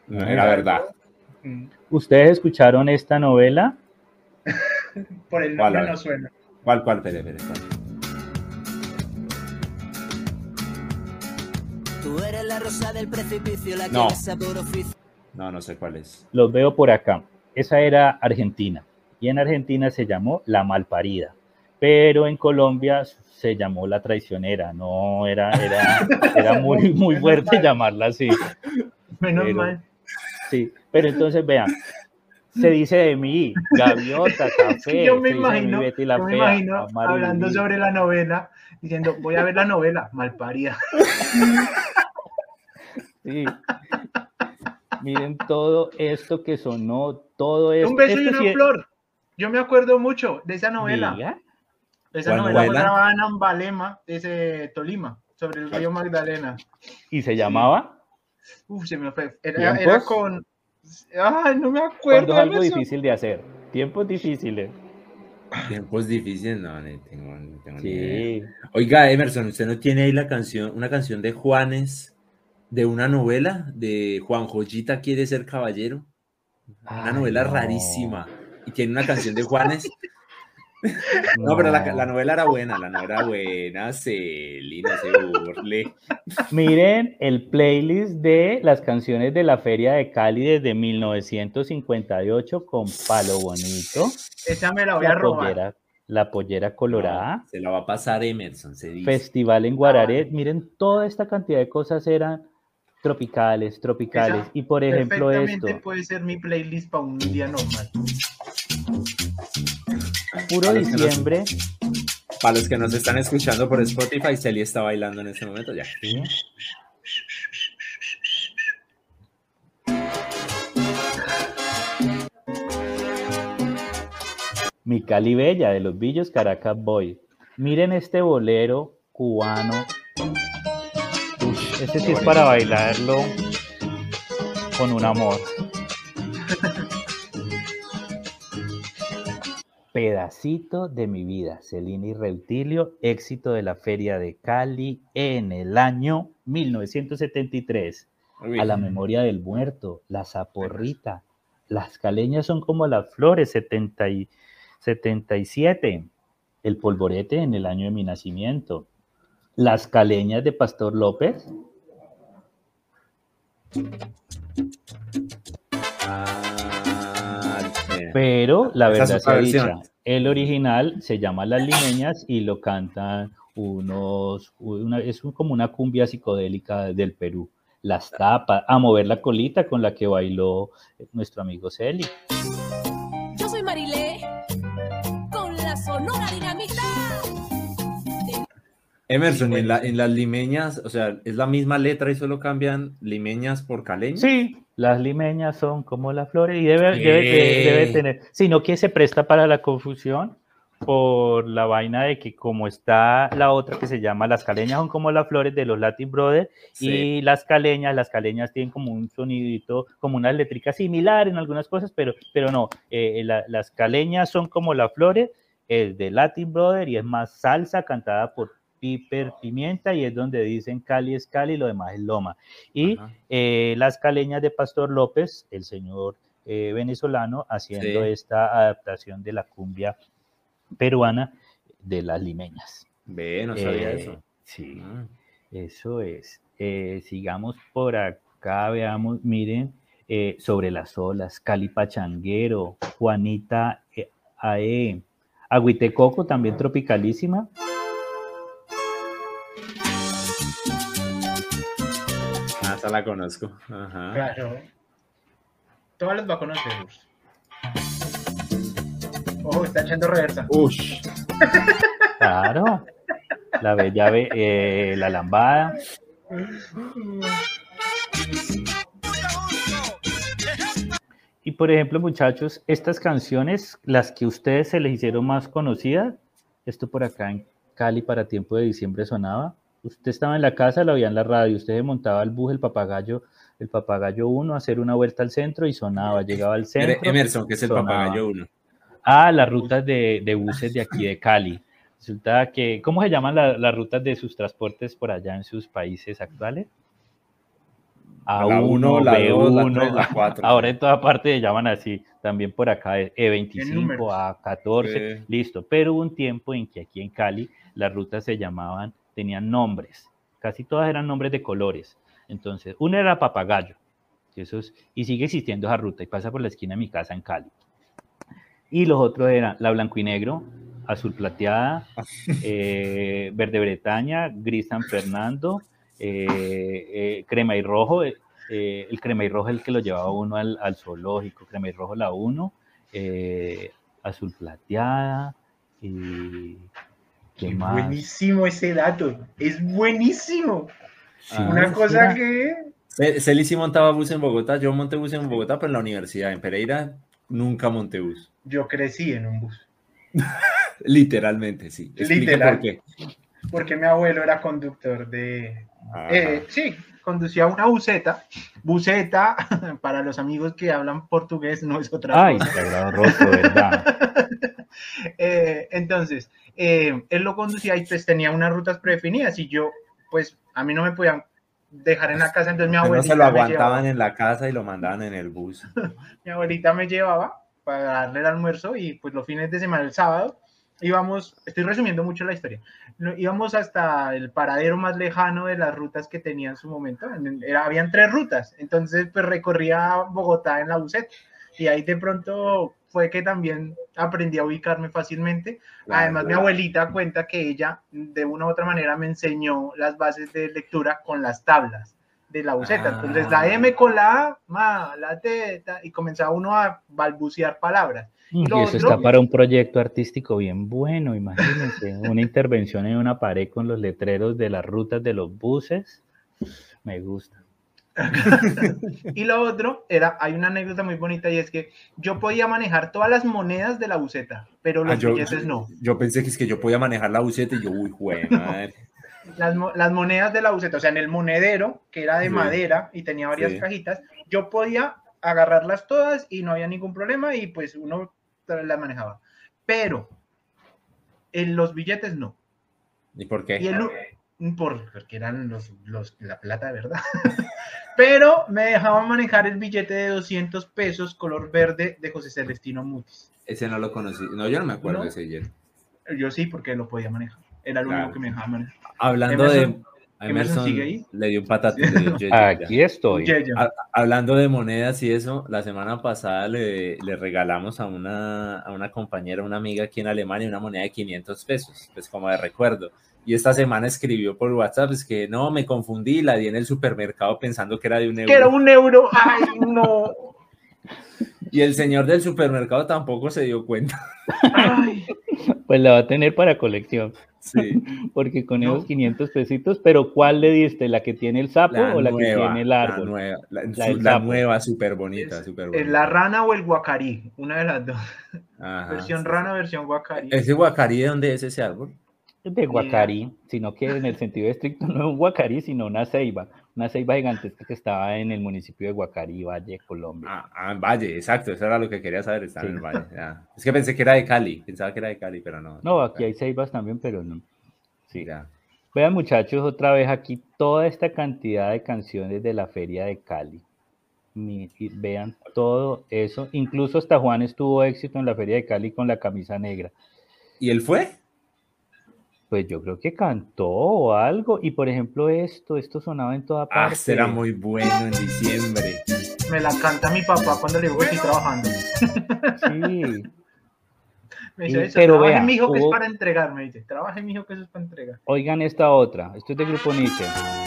No era verdad. ¿Ustedes escucharon esta novela? Por el nombre no suena. ¿Cuál? Espere. Tú eres la rosa del precipicio, la que No. besa por oficio. No sé cuál es. Los veo por acá. Esa era Argentina. Y en Argentina se llamó La Malparida. Pero en Colombia se llamó La Traicionera. No, era muy fuerte llamarla así. Menos mal. Sí, pero entonces vean. Se dice de mí, gaviota, café. Yo me imagino Amar hablando sobre la novela, diciendo, voy a ver la novela, malparida. Sí. Miren todo esto que sonó, todo esto. Un beso y una flor. Yo me acuerdo mucho de esa novela. ¿Diga? Esa novela fue grabada en Ambalema, Tolima, sobre el río Magdalena. ¿Y se llamaba? Se me fue. Era con... Ay, no me acuerdo. Cuando es algo difícil de hacer. Tiempos difíciles. Tiempos difíciles, no tengo ni idea. Oiga, Emerson, ¿usted no tiene ahí una canción de Juanes, de una novela de Juan Joyita quiere ser caballero? Una novela rarísima. Y tiene una canción de Juanes. No, pero la novela era buena, Celi, no se burle. Miren el playlist de las canciones de la Feria de Cali desde 1958 con Palo Bonito. Esa me la voy a robar. La pollera colorada. No, se la va a pasar Emerson, se dice. Festival en Guararé. Miren, toda esta cantidad de cosas eran tropicales. Esa, y por ejemplo perfectamente puede ser mi playlist para un día normal. Puro diciembre. Para los que nos están escuchando por Spotify, Celi está bailando en este momento ya. ¿Sí? Mi Cali Bella de los Villos Caracas Boy. Miren este bolero cubano. Este sí es para bailarlo con un amor. Pedacito de mi vida, Celina y Reutilio, éxito de la Feria de Cali en el año 1973. A la memoria del muerto, la zaporrita, las caleñas son como las flores, 77, el polvorete en el año de mi nacimiento, las caleñas de Pastor López. Pero la verdad sea dicha, el original se llama Las Limeñas y lo cantan es como una cumbia psicodélica del Perú. Las tapas, a mover la colita con la que bailó nuestro amigo Celi. Yo soy Marilé, con la Sonora Dinamita. Emerson, en las limeñas, o sea, ¿es la misma letra y solo cambian limeñas por caleñas? Sí, las limeñas son como las flores y debe tener, sino que se presta para la confusión por la vaina de que como está la otra que se llama las caleñas son como las flores de los Latin Brothers, sí. Y las caleñas tienen como un sonidito, como una letrica similar en algunas cosas, pero no, las caleñas son como las flores, es de Latin Brothers y es más salsa cantada por Piper Pimienta y es donde dicen Cali es Cali y lo demás es Loma. Y las caleñas de Pastor López, el señor venezolano, haciendo esta adaptación de la cumbia peruana de las limeñas. No sabía eso. Sí, eso es. Sigamos por acá, veamos, miren, sobre las olas, Cali Pachanguero, Juanita Ae, Agüitecoco, también tropicalísima. Esa la conozco. Ajá. Claro. Todas las va a conocer. Oh, está echando reversa. Ush. Claro. La bella la lambada. Y por ejemplo, muchachos, estas canciones, las que a ustedes se les hicieron más conocidas, esto por acá en Cali para tiempo de diciembre sonaba. Usted estaba en la casa, lo veía en la radio, usted se montaba al bus, el papagayo 1 a hacer una vuelta al centro y sonaba, llegaba al centro. Emerson, ¿qué es el papagayo 1? Las rutas de buses de aquí de Cali. Resulta que, ¿cómo se llaman las rutas de sus transportes por allá en sus países actuales? A1, la 2, la B1, 3, la 4. ahora en toda parte se llaman así, también por acá es E25, A14, Sí. listo, pero hubo un tiempo en que aquí en Cali las rutas se llamaban, tenían nombres, casi todas eran nombres de colores, entonces una era Papagayo, y sigue existiendo esa ruta y pasa por la esquina de mi casa en Cali, y los otros eran la blanco y negro, azul plateada, verde Bretaña, gris San Fernando, crema y rojo, el crema y rojo es el que lo llevaba uno al zoológico, crema y rojo la 1, azul plateada, y ¿qué más? Buenísimo ese dato, es buenísimo. Sí. Una cosa que... Celi sí montaba bus en Bogotá, yo monté bus en Bogotá, pero en la universidad, en Pereira, nunca monté bus. Yo crecí en un bus. Literalmente, sí. Explique por qué. Porque mi abuelo era conductor de... sí, conducía una buseta. Buseta, para los amigos que hablan portugués, no es otra cosa. Ay, sagrado roto, ¿verdad? Entonces, él lo conducía y pues tenía unas rutas predefinidas y yo, pues, a mí no me podían dejar en la casa, entonces mi abuelita no se lo aguantaban en la casa y lo mandaban en el bus. Mi abuelita me llevaba para darle el almuerzo y pues los fines de semana, el sábado, íbamos, estoy resumiendo mucho la historia, íbamos hasta el paradero más lejano de las rutas que tenía en su momento, habían 3 rutas, entonces pues recorría Bogotá en la buseta y ahí de pronto fue que también aprendí a ubicarme fácilmente. Claro, además mi abuelita cuenta que ella de una u otra manera me enseñó las bases de lectura con las tablas de la buseta, entonces la M con la A, ma, la T, y comenzaba uno a balbucear palabras. Y eso está para un proyecto artístico bien bueno, imagínense, una intervención en una pared con los letreros de las rutas de los buses, me gusta. Y lo otro era, hay una anécdota muy bonita y es que yo podía manejar todas las monedas de la buseta, pero los billetes no. Yo pensé que es que yo podía manejar la buseta y yo, uy, güey, madre. Las monedas de la buseta, o sea, en el monedero, que era de madera y tenía varias cajitas, yo podía agarrarlas todas y no había ningún problema y pues uno las manejaba. Pero en los billetes no. ¿Y por qué? Porque eran la plata de verdad. Pero me dejaban manejar el billete de 200 pesos color verde de José Celestino Mutis. Ese no lo conocí. No, yo no me acuerdo de ese billete. Yo sí, porque lo podía manejar. Era lo único que me dejaba manejar. Hablando de... Emerson sigue ahí. Le dio un patatón. Aquí estoy. Hablando de monedas y eso, la semana pasada le regalamos a una compañera, una amiga aquí en Alemania, una moneda de 500 pesos, pues como de recuerdo. Y esta semana escribió por WhatsApp, es que no, me confundí, la di en el supermercado pensando que era de €1. Que era €1, ¡ay, no! Y el señor del supermercado tampoco se dio cuenta. Ay. Pues la va a tener para colección. Sí. Porque con esos 500 pesitos, pero ¿cuál le diste? ¿La que tiene el sapo o la que tiene el árbol? La nueva, súper bonita, ¿Es la rana o el guacarí? Una de las dos. Ajá, versión rana, versión guacarí. ¿Ese guacarí de dónde es ese árbol? De guacarí, sino que en el sentido estricto no es un guacarí, sino una ceiba gigantesca que estaba en el municipio de Guacarí, Valle, Colombia. En Valle, exacto, eso era lo que quería saber, estaba en el Valle. Ya. Es que pensé que era de Cali, pensaba que era de Cali, pero no. No, aquí hay ceibas también, pero no. Sí. Ya. Vean, muchachos, otra vez aquí toda esta cantidad de canciones de la Feria de Cali. Vean todo eso, incluso hasta Juanes tuvo éxito en la Feria de Cali con la camisa negra. ¿Y él fue? Pues yo creo que cantó o algo, y por ejemplo esto sonaba en toda parte. Será muy bueno en diciembre. Me la canta mi papá cuando le digo que estoy trabajando. Sí. Me dice eso, pero trabaje, mijo, que es para entregar, me dice. Trabaje, mijo, que eso es para entregar. Oigan esta otra, esto es de Grupo Nietzsche.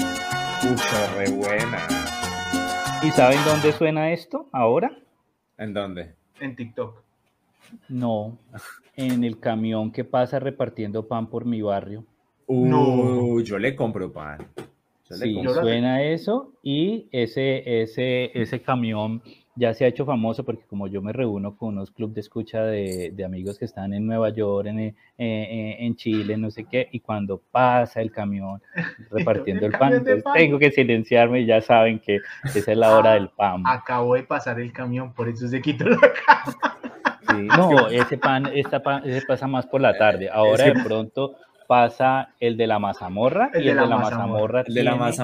Re buena. ¿Y saben dónde suena esto ahora? ¿En dónde? En TikTok. No, en el camión que pasa repartiendo pan por mi barrio. No, yo le compro pan. Suena eso y ese camión ya se ha hecho famoso porque como yo me reúno con unos clubes de escucha de amigos que están en Nueva York, en Chile, no sé qué, y cuando pasa el camión repartiendo el pan, entonces tengo que silenciarme y ya saben que esa es la hora del pan. Acabo de pasar el camión, por eso se quitó la cara. Sí, no, ese pasa más por la tarde. Ahora de pronto pasa el de la mazamorra El de la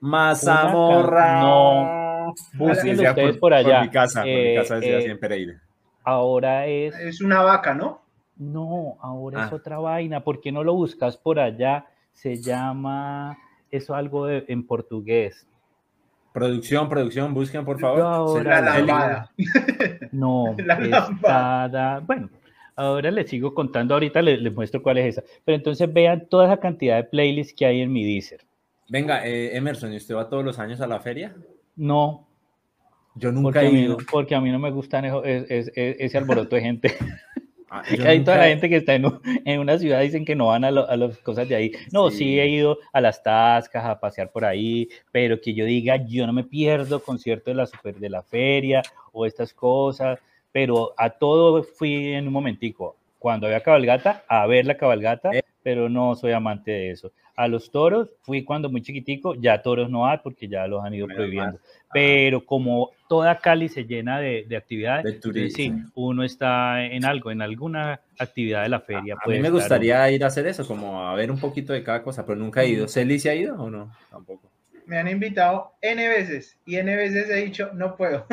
Mazamorra. No, búsquenlo ustedes por allá. Por mi casa desde así en Pereira. Ahora Es una vaca, ¿no? No, ahora es otra vaina. ¿Por qué no lo buscas por allá? Se llama eso algo en portugués. Producción, busquen por favor. La lambada. No, está. Bueno, ahora les sigo contando, ahorita les muestro cuál es esa. Pero entonces vean toda esa cantidad de playlists que hay en mi Deezer. Venga, Emerson, ¿y usted va todos los años a la feria? No. Yo nunca he ido. Porque a mí no me gustan ese alboroto de gente. Hay toda la gente que está en una ciudad dicen que no van a las cosas de ahí. No, sí he ido a las Tascas a pasear por ahí, pero que yo diga, yo no me pierdo concierto de la feria o estas cosas, pero a todo fui en un momentico. Cuando había cabalgata, a ver la cabalgata, pero no soy amante de eso. A los toros fui cuando muy chiquitico, ya toros no hay porque ya los han ido prohibiendo. Pero como toda Cali se llena de actividades, sí, uno está en alguna actividad de la feria. A mí me gustaría ir a hacer eso, como a ver un poquito de cada cosa, pero nunca he ido. ¿Celi se ha ido o no? Tampoco. Me han invitado N veces y N veces he dicho, no puedo.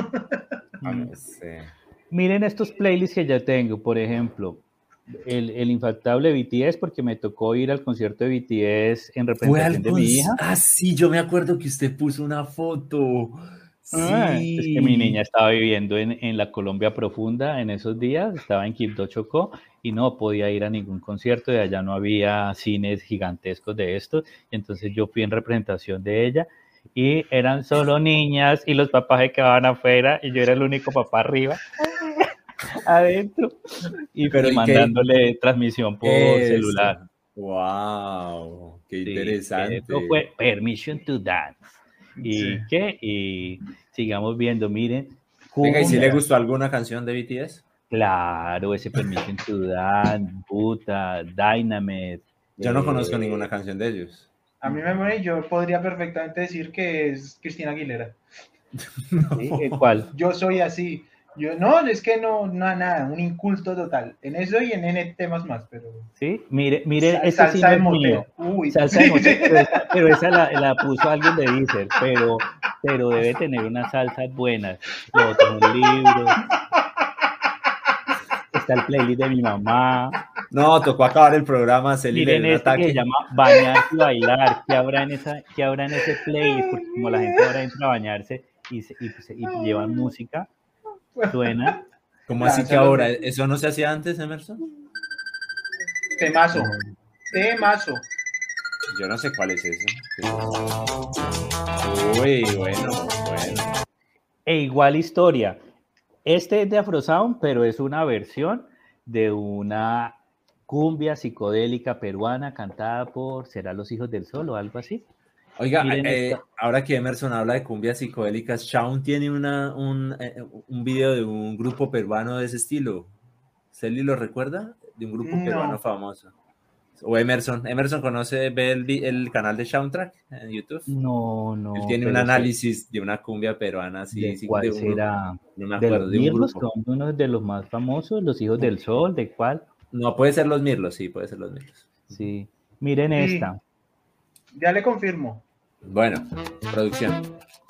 Miren estos playlists que ya tengo, por ejemplo. El infaltable BTS, porque me tocó ir al concierto de BTS en representación de mi hija. Sí, yo me acuerdo que usted puso una foto. Sí. Es que mi niña estaba viviendo en la Colombia profunda en esos días, estaba en Quibdó, Chocó, y no podía ir a ningún concierto, de allá no había cines gigantescos de estos, y entonces yo fui en representación de ella, y eran solo niñas, y los papás se quedaban afuera, y yo era el único papá arriba. Adentro y mandándole transmisión por celular. Wow, qué interesante. Esto fue Permission to Dance. Y sigamos viendo, miren. Venga, ¿y si le gustó alguna canción de BTS? Claro, ese Permission to Dance, Buta, Dynamite. Yo no conozco ninguna canción de ellos. A mí me muere, yo podría perfectamente decir que es Cristina Aguilera. ¿Sí? ¿Cuál? Yo soy así. Es que no, nada, un inculto total. En eso y en N temas más, pero... Sí, mire, ese salsa sí de motel. Salsa de motel, pero esa la puso alguien de Deezer, pero debe tener unas salsas buenas. Lo otro es un libro. Está el playlist de mi mamá. No, tocó acabar el programa. Miren este que se llama Bañarse y Bailar. ¿Qué habrá en ese playlist? Porque como la gente ahora entra a bañarse y llevan música, suena. ¿Cómo así que ahora? ¿Eso no se hacía antes, Emerson? Temazo. Yo no sé cuál es eso. Uy, bueno. E igual historia. Este es de Afrosound, pero es una versión de una cumbia psicodélica peruana cantada por, ¿será Los Hijos del Sol o algo así? Oiga, ahora que Emerson habla de cumbias psicodélicas, Shaun tiene un video de un grupo peruano de ese estilo. ¿Celi lo recuerda? De un grupo peruano famoso. O Emerson ve el canal de Soundtrack en YouTube. No. Él tiene un análisis de una cumbia peruana así. ¿De cuál será? No me acuerdo, de un grupo. Son uno de los más famosos, Los Hijos del Sol, ¿de cuál? No, puede ser Los Mirlos, sí, puede ser Los Mirlos. Sí, miren esta. Ya le confirmo. Bueno, producción.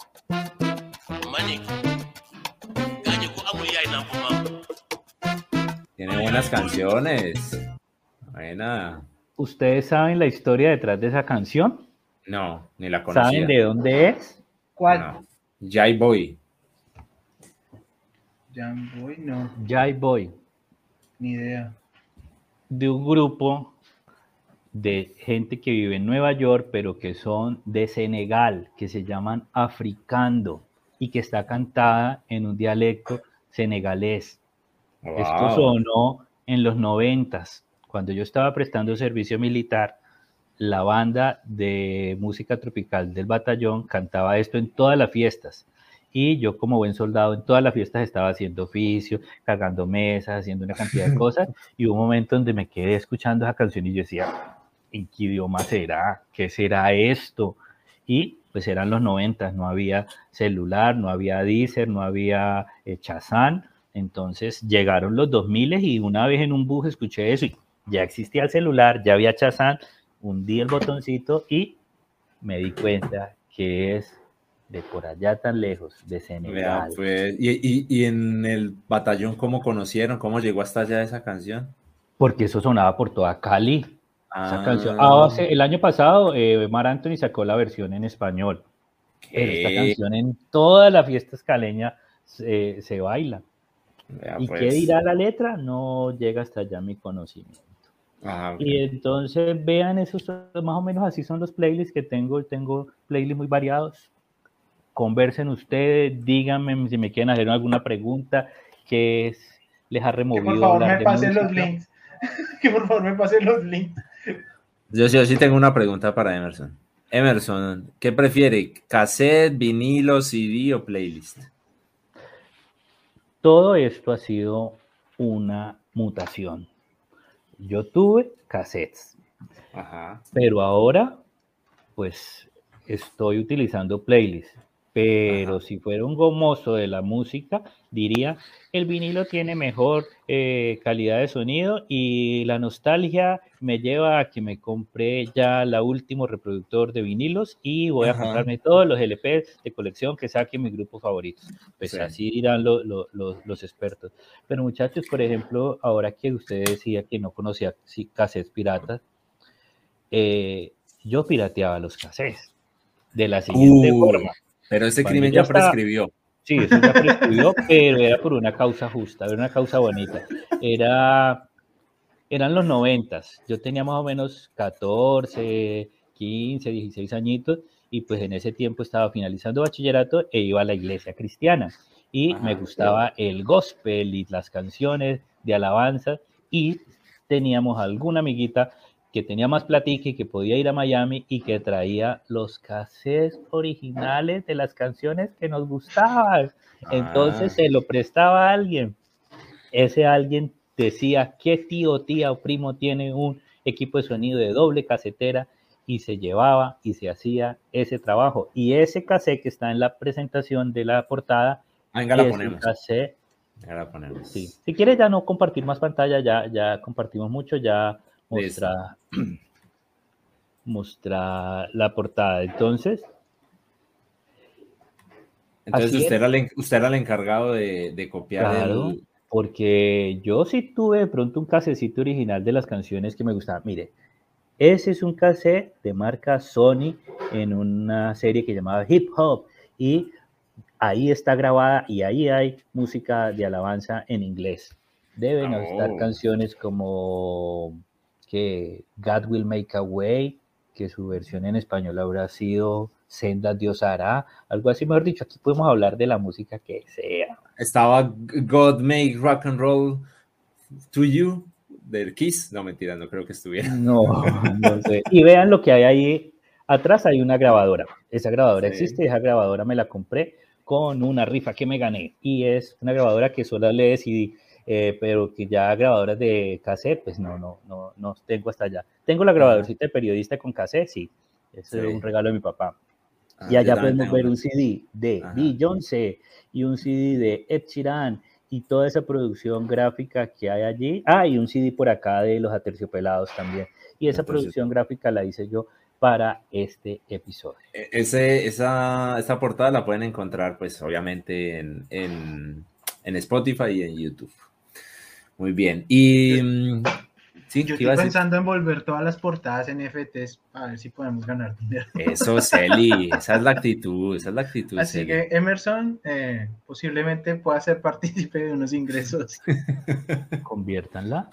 Tiene buenas canciones. Buena. ¿Ustedes saben la historia detrás de esa canción? No, ni la conocía. ¿Saben de dónde es? ¿Cuál? No. Jai Boy. Jamboy, no. Jai Boy. Ni idea. De un grupo de gente que vive en Nueva York, pero que son de Senegal, que se llaman Africando y que está cantada en un dialecto senegalés. Wow. Esto sonó en los 90s. Cuando yo estaba prestando servicio militar, la banda de música tropical del batallón cantaba esto en todas las fiestas. Y yo, como buen soldado, en todas las fiestas estaba haciendo oficio, cargando mesas, haciendo una cantidad de cosas. Y hubo un momento donde me quedé escuchando esa canción y yo decía, ¿en qué idioma será? ¿Qué será esto? Y pues eran los 90, no había celular, no había Deezer, no había Shazam. Entonces llegaron los 2000 y una vez en un bus escuché eso y ya existía el celular, ya había Shazam, hundí el botoncito y me di cuenta que es de por allá tan lejos, de Vea, Senegal. pues, y en el batallón, ¿cómo conocieron? ¿Cómo llegó hasta allá esa canción? Porque eso sonaba por toda Cali. Esa canción. Ah, El año pasado, Mar Anthony sacó la versión en español. Pero esta ¿qué? canción en todas las fiestas caleñas se baila. Vea, ¿Y pues. qué dirá la letra? No llega hasta allá mi conocimiento. Ah, ok. Y entonces vean, esos más o menos así son los playlists que tengo. Tengo playlists muy variados. Conversen ustedes, díganme si me quieren hacer alguna pregunta que les ha removido. Que por favor hablar me de pasen música. los links. Que por favor me pasen los links. Yo sí tengo una pregunta para Emerson. Emerson, ¿qué prefiere? ¿Cassette, vinilo, CD o playlist? Todo esto ha sido una mutación. Yo tuve cassettes, Ajá. pero ahora pues estoy utilizando playlists. Pero Ajá. si fuera un gomoso de la música, diría, el vinilo tiene mejor calidad de sonido y la nostalgia me lleva a que me compré ya el último reproductor de vinilos y voy a Ajá. comprarme todos los LP de colección que saquen mis grupos favoritos. Pues Sí. así dirán los expertos. Pero muchachos, por ejemplo, ahora que usted decía que no conocía cassettes piratas, yo pirateaba los cassettes de la siguiente forma. Pero ese Cuando crimen ya ya prescribió. Sí, eso ya prescribió, pero era por una causa justa, era una causa bonita. Eran los 90s, yo tenía más o menos 14, 15, 16 añitos y pues en ese tiempo estaba finalizando bachillerato e iba a la iglesia cristiana y me gustaba el gospel y las canciones de alabanza y teníamos alguna amiguita que tenía más platica y que podía ir a Miami y que traía los cassettes originales de las canciones que nos gustaban. Entonces se lo prestaba a alguien. Ese alguien decía qué tío, tía o primo tiene un equipo de sonido de doble casetera y se llevaba y se hacía ese trabajo. Y ese cassette que está en la presentación de la portada, Venga, la es ponemos. un cassette. Ya la ponemos. Sí. Si quieres ya no compartir más pantalla, ya compartimos mucho, ya mostrar la portada. Entonces usted era el encargado de copiar claro, porque yo sí tuve de pronto un casecito original de las canciones que me gustaban. Mire, ese es un cassette de marca Sony en una serie que llamaba Hip Hop y ahí está grabada y ahí hay música de alabanza en inglés. Deben estar canciones como que God Will Make a Way, que su versión en español habrá sido Senda Dios hará, algo así, mejor dicho, aquí podemos hablar de la música que sea. Estaba God Make Rock and Roll to You, del Kiss. No, mentira, no creo que estuviera. No sé. Y vean lo que hay ahí. Atrás hay una grabadora. Esa grabadora existe, esa grabadora me la compré con una rifa que me gané. Y es una grabadora que solo le decidí, pero que ya grabadoras de cassette, pues no tengo hasta allá. Tengo la grabadorcita de periodista con cassette, sí. Ese es un regalo de mi papá. Y allá podemos ver un CD de Beyoncé y un CD de Ed Sheeran y toda esa producción gráfica que hay allí. Y un CD por acá de Los Aterciopelados también. Y esa producción gráfica la hice yo para este episodio. Esa portada la pueden encontrar, pues, obviamente en Spotify y en YouTube. Muy bien. Y... sí, yo estoy pensando en volver todas las portadas en NFTs a ver si podemos ganar dinero. Eso, Celi, esa es la actitud, Así Celi. que Emerson posiblemente pueda ser partícipe de unos ingresos. Conviértanla.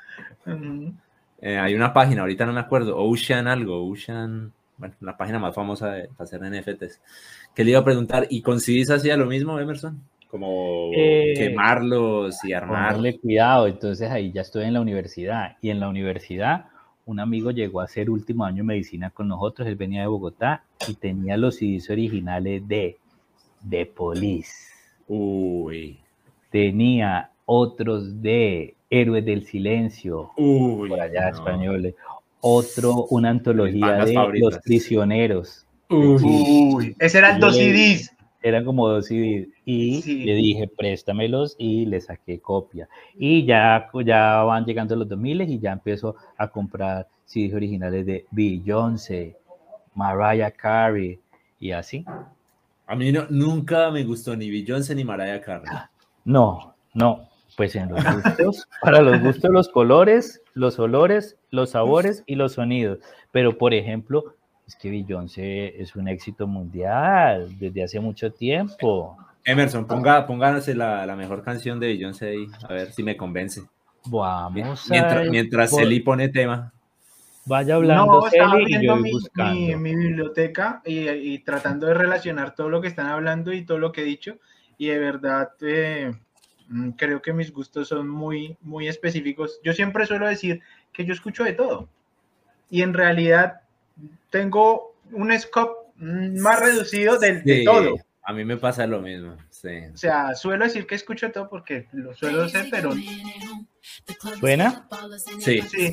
Hay una página, ahorita no me acuerdo, Ocean, bueno, la página más famosa para hacer NFTs. Que le iba a preguntar, ¿y con CDs hacía lo mismo, Emerson? Como quemarlos y armar. Ponerle cuidado, entonces ahí ya estoy en la universidad. Y en la universidad, un amigo llegó a hacer último año de medicina con nosotros, él venía de Bogotá y tenía los CDs originales de Police. Uy. Tenía otros de Héroes del Silencio, por allá españoles. Una antología de Los Prisioneros. Uy, ese eran 2 CDs. Eran como 2 CDs y le dije préstamelos y le saqué copia y ya van llegando los 2000 y ya empiezo a comprar CDs originales de Beyoncé, Mariah Carey, y así. A mí nunca me gustó ni Beyoncé ni Mariah Carey. No, pues en los gustos, para los gustos, los colores, los olores, los sabores y los sonidos. Pero, por ejemplo, es que Beyoncé es un éxito mundial desde hace mucho tiempo. Emerson, pónganos la mejor canción de Beyoncé ahí, a ver si me convence. Vamos mientras Celi pone tema. Vaya hablando, estaba Celi, y yo viendo voy buscando. mi biblioteca y tratando de relacionar todo lo que están hablando y todo lo que he dicho, y de verdad creo que mis gustos son muy, muy específicos. Yo siempre suelo decir que yo escucho de todo, y en realidad tengo un scope más reducido de todo. A mí me pasa lo mismo, sí. O sea, suelo decir que escucho todo porque lo suelo hacer, pero... ¿Suena? Sí. Sí.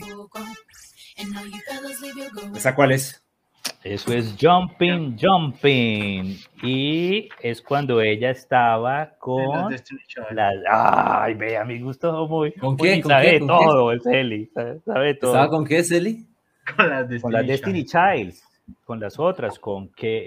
¿Esa cuál es? Eso es Jumping, Jumping. Y es cuando ella estaba con las... Ay, vea, mi gusto muy... ¿Con qué? Sabe todo, el Celi. Sabe todo. ¿Estaba con qué, Celi? Con las Destiny Childs. Con las otras, con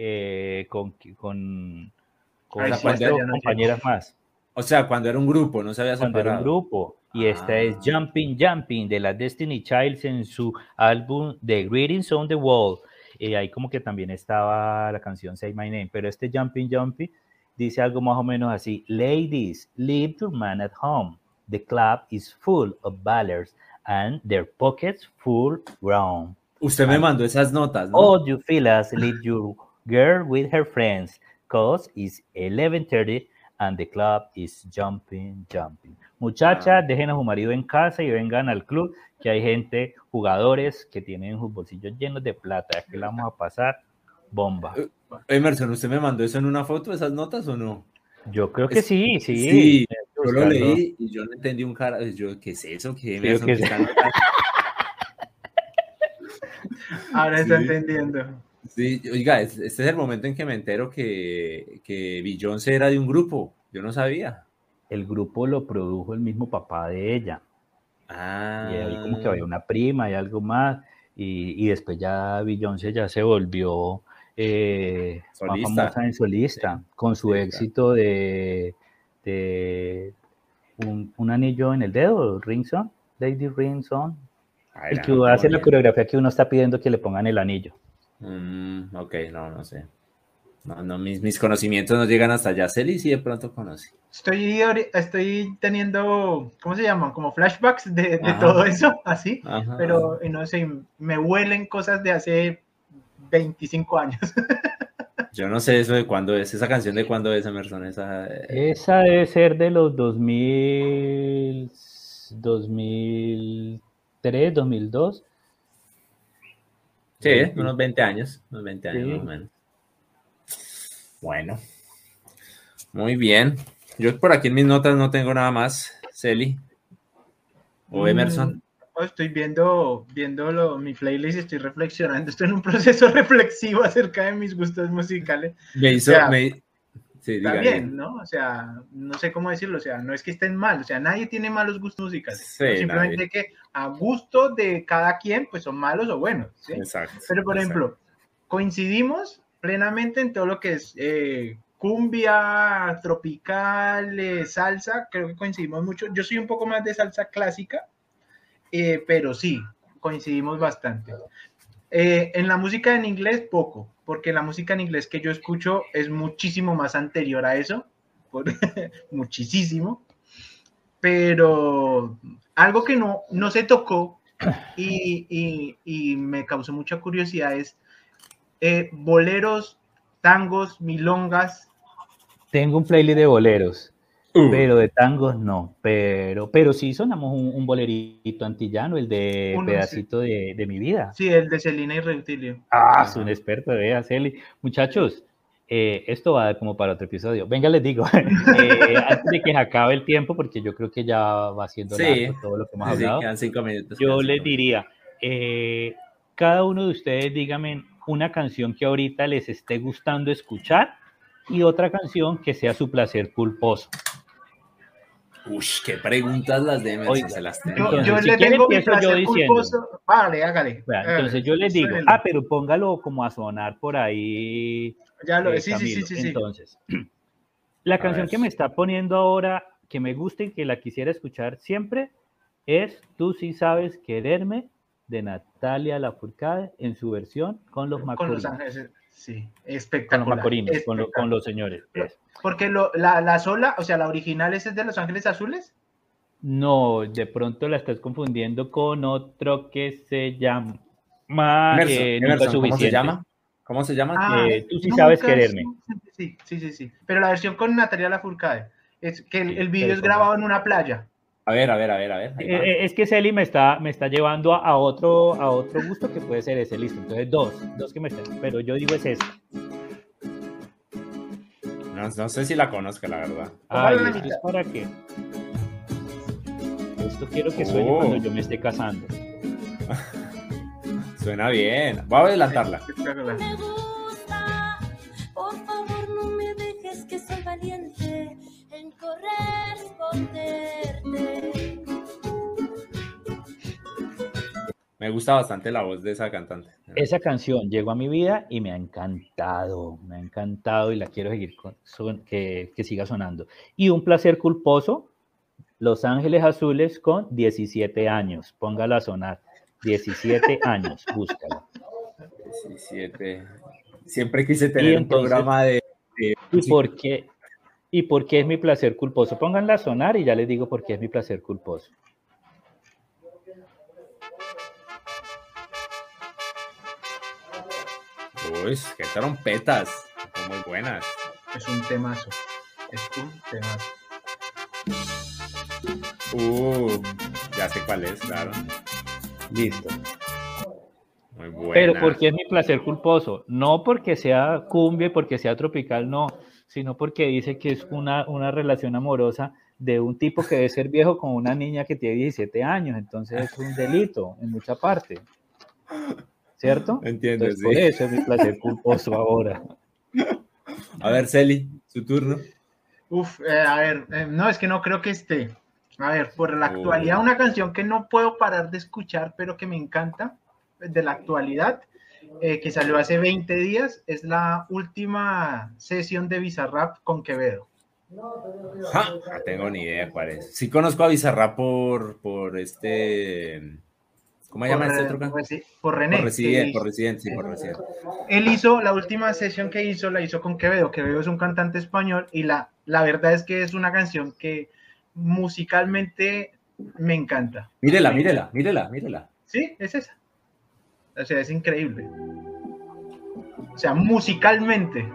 compañeras más. O sea, cuando era un grupo, no se había separado. Cuando era un grupo. Y esta es Jumping, Jumping de las Destiny Childs en su álbum The Greetings on the Wall. Ahí como que también estaba la canción Say My Name, pero este Jumping, Jumping dice algo más o menos así: Ladies, leave your man at home. The club is full of ballers and their pockets full grown. Usted me mandó esas notas, ¿no? All you fellas, leave your girl with her friends, cause it's 11:30 and the club is jumping, jumping. Muchachas, dejen a su marido en casa y vengan al club, que hay gente, jugadores que tienen sus bolsillos llenos de plata. Aquí la vamos a pasar bomba. Emerson, ¿usted me mandó eso en una foto, esas notas o no? Yo creo que sí. Sí, yo lo leí y yo no entendí un cara. Yo, ¿qué es eso? ¿Qué Emerson? Sí, ahora está entendiendo. Sí, oiga, este es el momento en que me entero que Beyoncé era de un grupo. Yo no sabía. El grupo lo produjo el mismo papá de ella. Y ahí como que había una prima y algo más. Y después ya Beyoncé ya se volvió más famosa en solista, con su éxito de un anillo en el dedo, Ringson, Lady Ringson. El que hace la coreografía que uno está pidiendo que le pongan el anillo. Ok, no sé. No, mis conocimientos no llegan hasta allá. Celi sí de pronto conoce. Estoy teniendo, ¿cómo se llaman? Como flashbacks de todo eso, así. Pero no sé, me huelen cosas de hace 25 años. Yo no sé eso de cuándo es. ¿Esa canción de cuándo es, Emerson? Esa debe ser de los 2003, 2002. Sí, unos 20 años más o menos. Bueno, muy bien. Yo por aquí en mis notas no tengo nada más, Celi o Emerson. Estoy viendo mi playlist y estoy reflexionando. Estoy en un proceso reflexivo acerca de mis gustos musicales. Está bien, ¿no? O sea, no sé cómo decirlo. O sea, no es que estén mal. O sea, nadie tiene malos gustos musicales. Sí, simplemente que a gusto de cada quien, pues son malos o buenos. ¿Sí? Exacto. Pero, por ejemplo, coincidimos plenamente en todo lo que es cumbia, tropical, salsa. Creo que coincidimos mucho. Yo soy un poco más de salsa clásica, pero sí, coincidimos bastante. En la música en inglés, poco, porque la música en inglés que yo escucho es muchísimo más anterior a eso, muchísimo, pero algo que no se tocó y me causó mucha curiosidad es boleros, tangos, milongas. Tengo un playlist de boleros, pero de tangos no, pero sí sonamos un bolerito antillano, el de Pedacito de mi vida. Sí, el de Celina y Reutilio. Es un experto, vea, Celi. Muchachos, esto va como para otro episodio. Venga, les digo, antes de que se acabe el tiempo, porque yo creo que ya va siendo largo todo lo que hemos hablado. Quedan 5 minutos. Yo les diría, cada uno de ustedes dígame una canción que ahorita les esté gustando escuchar y otra canción que sea su placer culposo. Qué preguntas las de Emerson, se las tengo. Yo le tengo mi placer culposo. Vale, hágale. Entonces yo les digo, pero póngalo como a sonar por ahí Ya lo, sí. Entonces, la canción que me está poniendo ahora, que me gusta y que la quisiera escuchar siempre, es Tú sí sabes quererme, de Natalia Lafourcade, en su versión con los Con Macorinos. Los Ángeles, sí, Con los espectacular. Macorinos, con los señores. Eso. Porque la sola, o sea, la original es de Los Ángeles Azules. No, de pronto la estás confundiendo con otro que se llama Nunca es ¿cómo se suficiente. llama? ¿Cómo se llama? Tú sí sabes quererme. Sí. Pero la versión con Natalia Lafourcade, es que el video es pero grabado en una playa. A ver. Ahí va. Es que Celi me está llevando a otro gusto que puede ser ese, listo. Entonces dos que me están, pero yo digo es ese. No sé si la conozco, la verdad. Ay, esto es para qué. Esto quiero que suene cuando yo me esté casando. Suena bien. Voy a adelantarla. Espectacular. Me gusta, por favor no me dejes que soy valiente en corresponderte. Me gusta bastante la voz de esa cantante. Esa canción llegó a mi vida y me ha encantado y la quiero seguir que siga sonando. Y un placer culposo, Los Ángeles Azules con 17 años. Póngala a sonar. 17 años, búscala. 17. Siempre quise tener entonces, un programa de ¿Y por qué es mi placer culposo? Pónganla a sonar y ya les digo por qué es mi placer culposo. Uy, qué trompetas. Son muy buenas. Es un temazo. Ya sé cuál es, claro. Listo. Muy buena. Pero ¿por qué es mi placer culposo? No porque sea cumbia y porque sea tropical, no, sino porque dice que es una relación amorosa de un tipo que debe ser viejo con una niña que tiene 17 años, entonces es un delito en mucha parte. ¿Cierto? Entiendo, entonces, sí. Por eso es mi placer culposo ahora. A ver, Celi, su turno. No, es que no creo que esté. A ver, por la actualidad, una canción que no puedo parar de escuchar, pero que me encanta, de la actualidad, que salió hace 20 días, es la última sesión de Bizarrap con Quevedo. No tengo ni idea cuál es. Sí conozco a Bizarrap por este... ¿Cómo se llama este otro canto? Por René. Por Residente. Él hizo, la última sesión que hizo, la hizo con Quevedo. Quevedo es un cantante español y la verdad es que es una canción que musicalmente me encanta. Mírela. Sí, es esa. O sea, es increíble. O sea, musicalmente,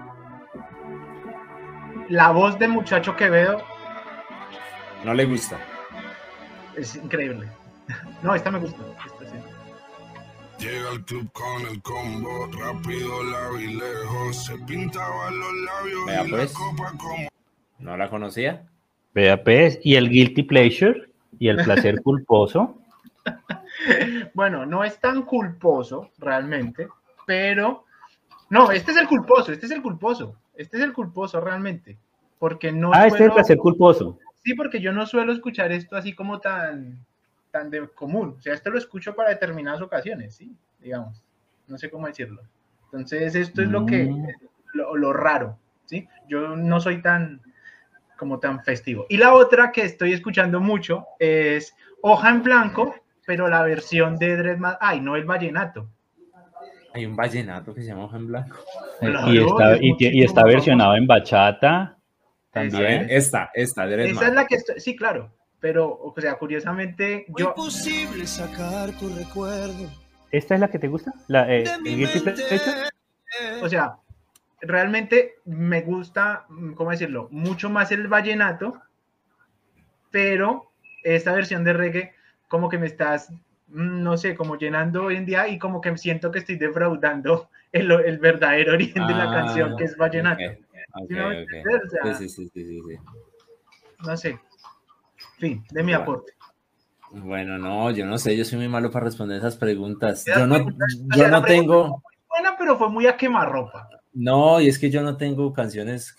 la voz del muchacho Quevedo no le gusta. Es increíble. No, esta me gusta. Esta sí. Llega al club con el combo, rápido, largo y lejos, se pintaban los labios. Vea, y pues, la copa como... ¿no la conocía? Vea pues, y el guilty pleasure y el placer culposo. Bueno, no es tan culposo realmente, pero no, este es el culposo realmente, porque no este es el placer culposo. Sí, porque yo no suelo escuchar esto así como tan de común, o sea, esto lo escucho para determinadas ocasiones, sí, digamos, no sé cómo decirlo. Entonces, esto es lo raro, ¿sí? Yo no soy tan festivo. Y la otra que estoy escuchando mucho es Hoja en Blanco, pero la versión de Dreadman, no el vallenato. Hay un vallenato que se llama Hoja en Blanco. Claro, y está versionado en bachata también. Esta, Dreadman. Esa es la que estoy, sí, claro. Pero, o sea, curiosamente, yo... Imposible sacar tu recuerdo. ¿Esta es la que te gusta? ¿El guilty pleasure? O sea, realmente me gusta, ¿cómo decirlo? Mucho más el vallenato, pero esta versión de reggae como que me estás, no sé, como llenando hoy en día y como que siento que estoy defraudando el verdadero origen de la canción, que es vallenato. Okay. O sea, Sí. No sé. Fin, de mi aporte. Bueno, no, yo no sé, yo soy muy malo para responder esas preguntas. Yo no tengo... Muy buena, pero fue muy a quemarropa. No, y es que yo no tengo canciones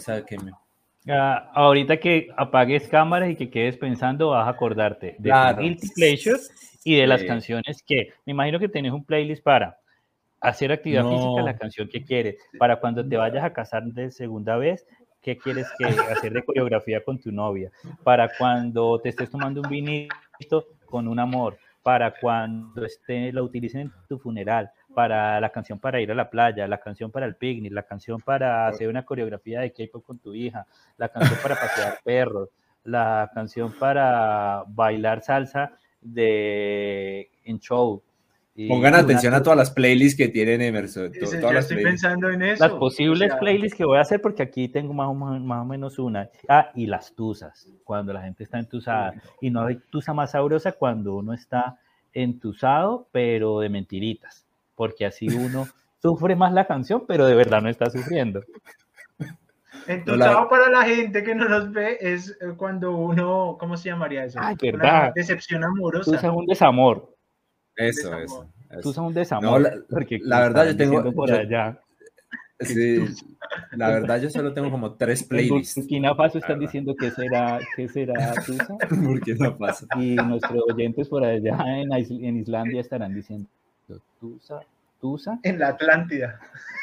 ahorita que apagues cámaras y que quedes pensando, vas a acordarte de tu guilty pleasure y de las canciones que, me imagino que tenés un playlist para Hacer actividad No. física, la canción que quieres. Para cuando te vayas a casar de segunda vez, ¿qué quieres hacer de coreografía con tu novia? Para cuando te estés tomando un vinito con un amor. Para cuando la utilicen en tu funeral. Para la canción para ir a la playa, la canción para el picnic, la canción para hacer una coreografía de K-pop con tu hija, la canción para pasear perros, la canción para bailar salsa en show. Pongan atención a todas las playlists que tienen Emerson. Yo Todas las estoy playlists. pensando en eso. Las posibles playlists que voy a hacer, porque aquí tengo más o menos una. Y las tusas, cuando la gente está entusada. Y no hay tusa más sabrosa cuando uno está entusado, pero de mentiritas. Porque así uno sufre más la canción, pero de verdad no está sufriendo. Entusado para la gente que no nos ve es cuando uno, ¿cómo se llamaría eso? Ay, verdad. Una decepción amorosa. Tusa es un desamor. Eso. Tusa es un desamor. No, porque la verdad yo tengo... por allá. Sí, la verdad yo solo tengo como 3 playlists. En Burkina Faso están diciendo que será tusa. Burkina Faso. Y nuestros oyentes por allá en Islandia estarán diciendo tusa. En la Atlántida.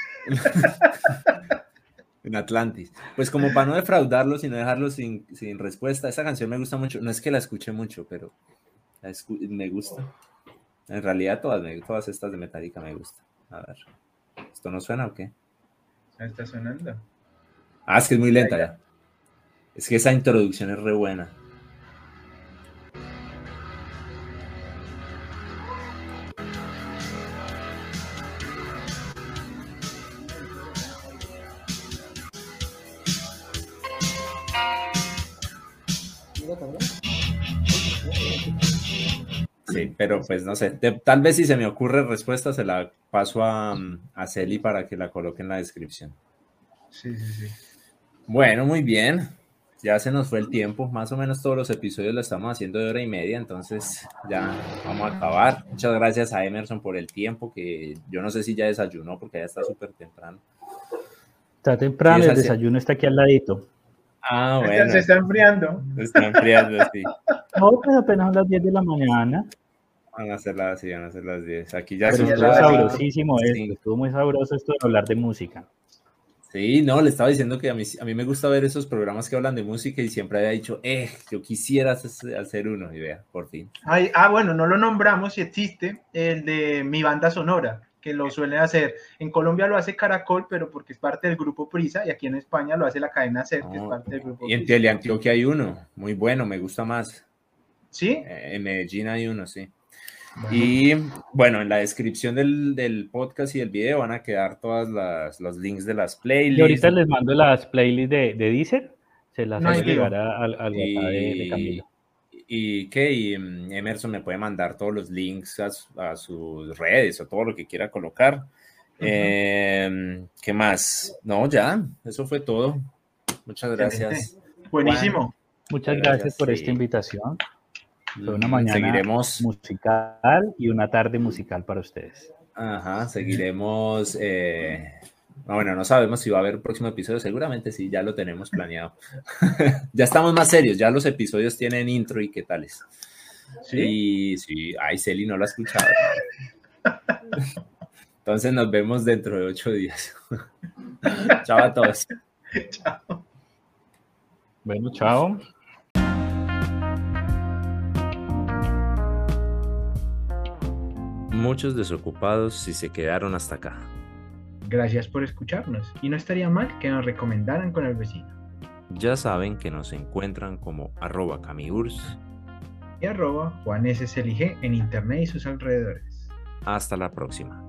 En Atlantis. Pues como para no defraudarlos y no dejarlos sin respuesta, esa canción me gusta mucho. No es que la escuche mucho, pero me gusta. En realidad todas estas de Metallica me gustan. A ver, ¿esto no suena o qué? Está sonando. Ah, es que es muy lenta ya. Es que esa introducción es re buena. Sí, pero pues no sé. Tal vez si se me ocurre respuesta, se la paso a Celi para que la coloque en la descripción. Sí. Bueno, muy bien. Ya se nos fue el tiempo. Más o menos todos los episodios lo estamos haciendo de 1:30, entonces ya vamos a acabar. Muchas gracias a Emerson por el tiempo, que yo no sé si ya desayunó porque ya está súper temprano. Está temprano, el desayuno está aquí al ladito. Ah, bueno. Se está enfriando. Se está enfriando, sí. No, pues apenas son las 10 de la mañana. Van a ser las 10. Aquí ya Pero son estuvo sabrosísimo esto. Sí. Estuvo muy sabroso esto de hablar de música. Sí, no, le estaba diciendo que a mí me gusta ver esos programas que hablan de música y siempre había dicho, yo quisiera hacer uno, y vea, por fin. Bueno, no lo nombramos, si existe, el de Mi Banda Sonora, que lo suelen hacer. En Colombia lo hace Caracol, pero porque es parte del grupo Prisa, y aquí en España lo hace la cadena SER, que es parte del grupo Y en Teleantioquia hay uno, muy bueno, me gusta más. ¿Sí? En Medellín hay uno, sí. Bueno. Y bueno, en la descripción del podcast y del video van a quedar todos los links de las playlists. Y ahorita les mando las playlists de Deezer, se las voy a llegar al WhatsApp de Camilo. Y Emerson me puede mandar todos los links a sus redes o todo lo que quiera colocar. ¿Qué más? No, ya, eso fue todo. Muchas gracias. Buenísimo. Juan, muchas gracias por esta invitación. Fue una mañana musical y una tarde musical para ustedes. Ajá, seguiremos. Bueno, no sabemos si va a haber un próximo episodio, seguramente sí, ya lo tenemos planeado. Ya estamos más serios, ya los episodios tienen intro y qué tales. Sí, ay, Celi no lo ha escuchado. Entonces nos vemos dentro de 8 días. Chao a todos. Chao. Bueno, chao. Muchos desocupados si se quedaron hasta acá. Gracias por escucharnos y no estaría mal que nos recomendaran con el vecino. Ya saben que nos encuentran como @camiurs y @JuanesSLG en internet y sus alrededores. Hasta la próxima.